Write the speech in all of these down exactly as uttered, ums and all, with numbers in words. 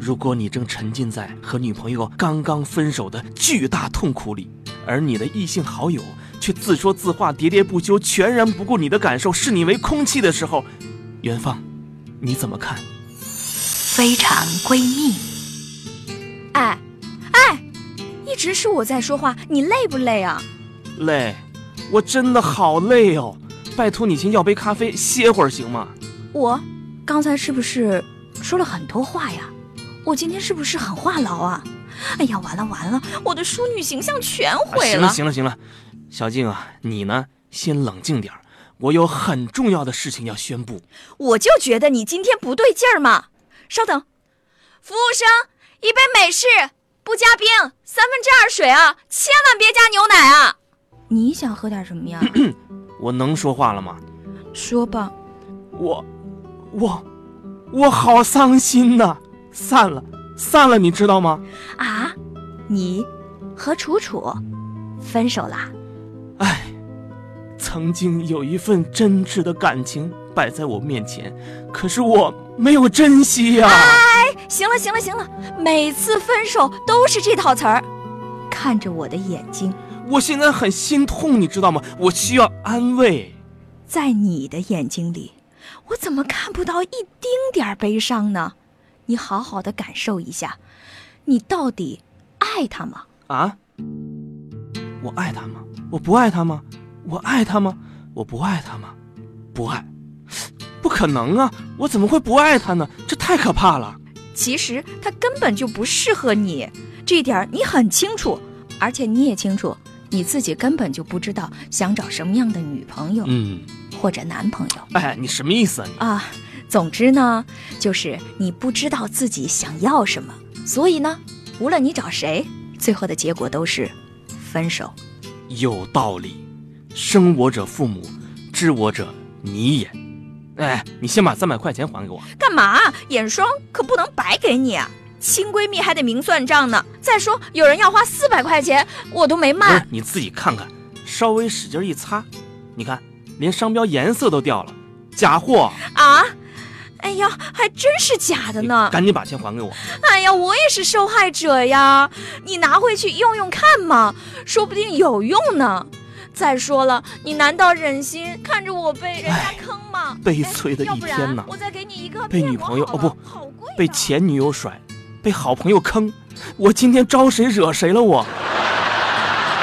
如果你正沉浸在和女朋友刚刚分手的巨大痛苦里，而你的异性好友却自说自话喋喋不休，全然不顾你的感受，视你为空气的时候，元芳，你怎么看？ 非常闺蜜。 哎哎，一直是我在说话，你累不累啊？ 累，我真的好累哦，拜托你先要杯咖啡歇会儿行吗？ 我刚才是不是说了很多话呀？我今天是不是很话痨啊？哎呀，完了完了，我的淑女形象全毁了。 啊、行了行了行了，小静啊，你呢先冷静点，我有很重要的事情要宣布。 我就觉得你今天不对劲儿嘛。稍等，服务生，一杯美式，不加冰，三分之二水啊，千万别加牛奶啊。你想喝点什么呀？ 我能说话了吗？ 说吧。 我我我好伤心呐、啊！散了散了，你知道吗？ 啊，你和楚楚分手啦？ 哎，曾经有一份真挚的感情摆在我面前，可是我没有珍惜呀、啊！ 哎，行了行了行了，每次分手都是这套词儿。看着我的眼睛， 我现在很心痛，你知道吗？我需要安慰。 在你的眼睛里，我怎么看不到一丁点悲伤呢？你好好的感受一下，你到底爱他吗？ 啊？我爱他吗？我不爱他吗？我爱他吗？我不爱他吗？不爱，不可能啊！我怎么会不爱他呢？这太可怕了。 其实他根本就不适合你，这一点你很清楚，而且你也清楚，你自己根本就不知道想找什么样的女朋友， 嗯， 或者男朋友。 哎，你什么意思啊你？ 啊，总之呢，就是你不知道自己想要什么，所以呢，无论你找谁，最后的结果都是分手。 有道理，生我者父母，知我者你也。哎，你先把三百块钱还给我。 干嘛？眼霜可不能白给你啊！亲闺蜜还得明算账呢。再说有人要花四百块钱，我都没卖。 你自己看看，稍微使劲一擦，你看，连商标颜色都掉了，假货啊！哎呀，还真是假的呢！ 赶紧把钱还给我！ 哎呀，我也是受害者呀！你拿回去用用看嘛，说不定有用呢。再说了，你难道忍心看着我被人家坑吗？ 悲催的一天呐！ 我再给你一个被女朋友哦不， 好贵， 被前女友甩，被好朋友坑，我今天招谁惹谁了我？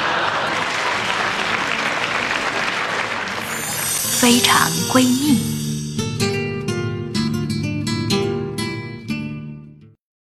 非常闺蜜。